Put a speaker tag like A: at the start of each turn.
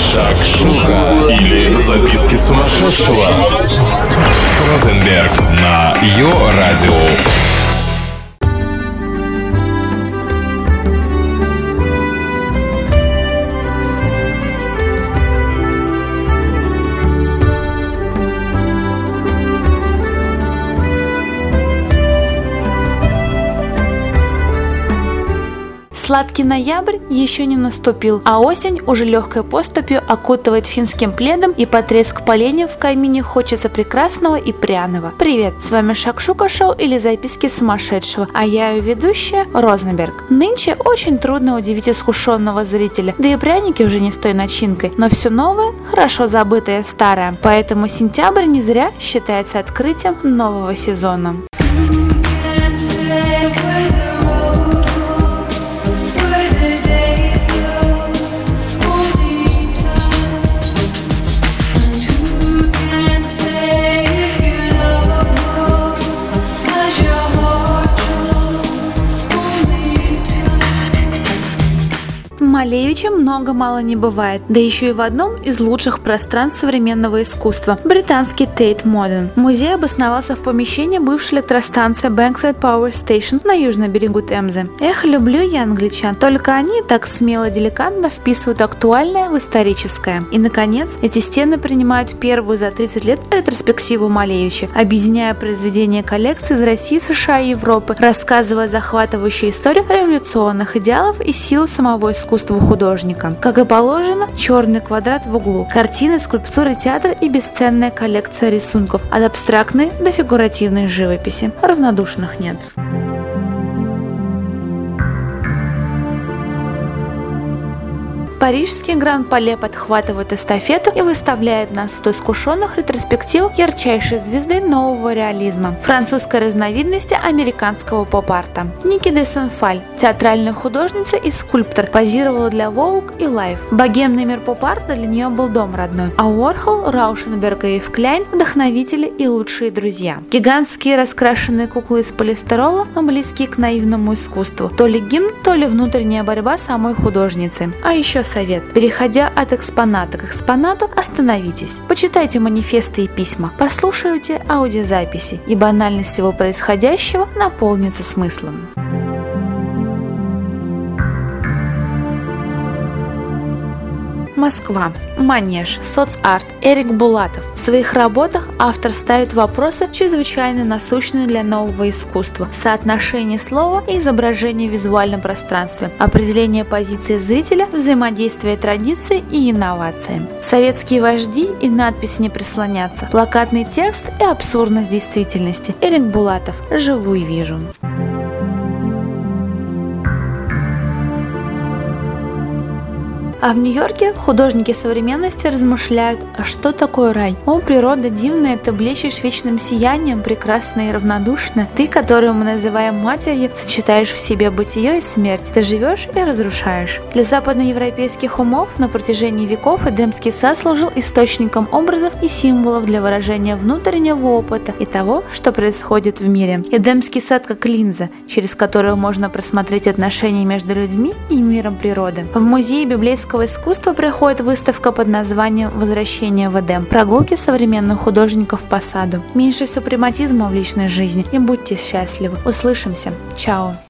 A: Шакшука или записки сумасшедшего с Розенберг на Йо-Радио.
B: Сладкий ноябрь еще не наступил, а осень уже легкой поступью окутывает финским пледом, и под треск поленьев в камине хочется прекрасного и пряного. Привет, с вами Шакшука Шоу или записки сумасшедшего, а я ее ведущая Розенберг. Нынче очень трудно удивить искушенного зрителя, да и пряники уже не с той начинкой, но все новое, хорошо забытое старое, поэтому сентябрь не зря считается открытием нового сезона. Малевича много-мало не бывает, да еще и в одном из лучших пространств современного искусства – британский Tate Modern. Музей обосновался в помещении бывшей электростанции Bankside Power Station на южном берегу Темзы. Эх, люблю я англичан, только они так смело и деликатно вписывают актуальное в историческое. И, наконец, эти стены принимают первую за 30 лет ретроспективу Малевича, объединяя произведения коллекции из России, США и Европы, рассказывая захватывающую историю революционных идеалов и силу самого искусства художника. Как и положено, черный квадрат в углу, картины, скульптуры, театр и бесценная коллекция рисунков от абстрактной до фигуративной живописи. Равнодушных нет. Парижский Гран-Пале подхватывает эстафету и выставляет на суд искушенных ретроспектив ярчайшей звезды нового реализма, французской разновидности американского поп-арта. Ники де Сонфаль, театральная художница и скульптор, позировала для Vogue и Life. Богемный мир поп-арта для нее был дом родной, а Уорхол, Раушенберг и Ив Кляйн – вдохновители и лучшие друзья. Гигантские раскрашенные куклы из полистирола, близкие к наивному искусству. То ли гимн, то ли внутренняя борьба самой художницы. А еще совет. Переходя от экспоната к экспонату, остановитесь. Почитайте манифесты и письма, послушайте аудиозаписи, и банальность всего происходящего наполнится смыслом. Москва. Манеж. Соцарт. Эрик Булатов. В своих работах автор ставит вопросы, чрезвычайно насущные для нового искусства: соотношение слова и изображения в визуальном пространстве, определение позиции зрителя, взаимодействие традиции и инновации. Советские вожди и надписи не прислонятся, плакатный текст и абсурдность действительности. Эрик Булатов. Живу и вижу. А в Нью-Йорке художники современности размышляют, а что такое рай? О, природа дивная, ты блещешь вечным сиянием, прекрасная и равнодушная. Ты, которую мы называем матерью, сочетаешь в себе бытие и смерть. Ты живешь и разрушаешь. Для западноевропейских умов на протяжении веков Эдемский сад служил источником образов и символов для выражения внутреннего опыта и того, что происходит в мире. Эдемский сад как линза, через которую можно просмотреть отношения между людьми и миром природы. В музее библейского искусства проходит выставка под названием «Возвращение в Эдем. Прогулки современных художников по саду». Меньше супрематизма в личной жизни и будьте счастливы. Услышимся. Чао.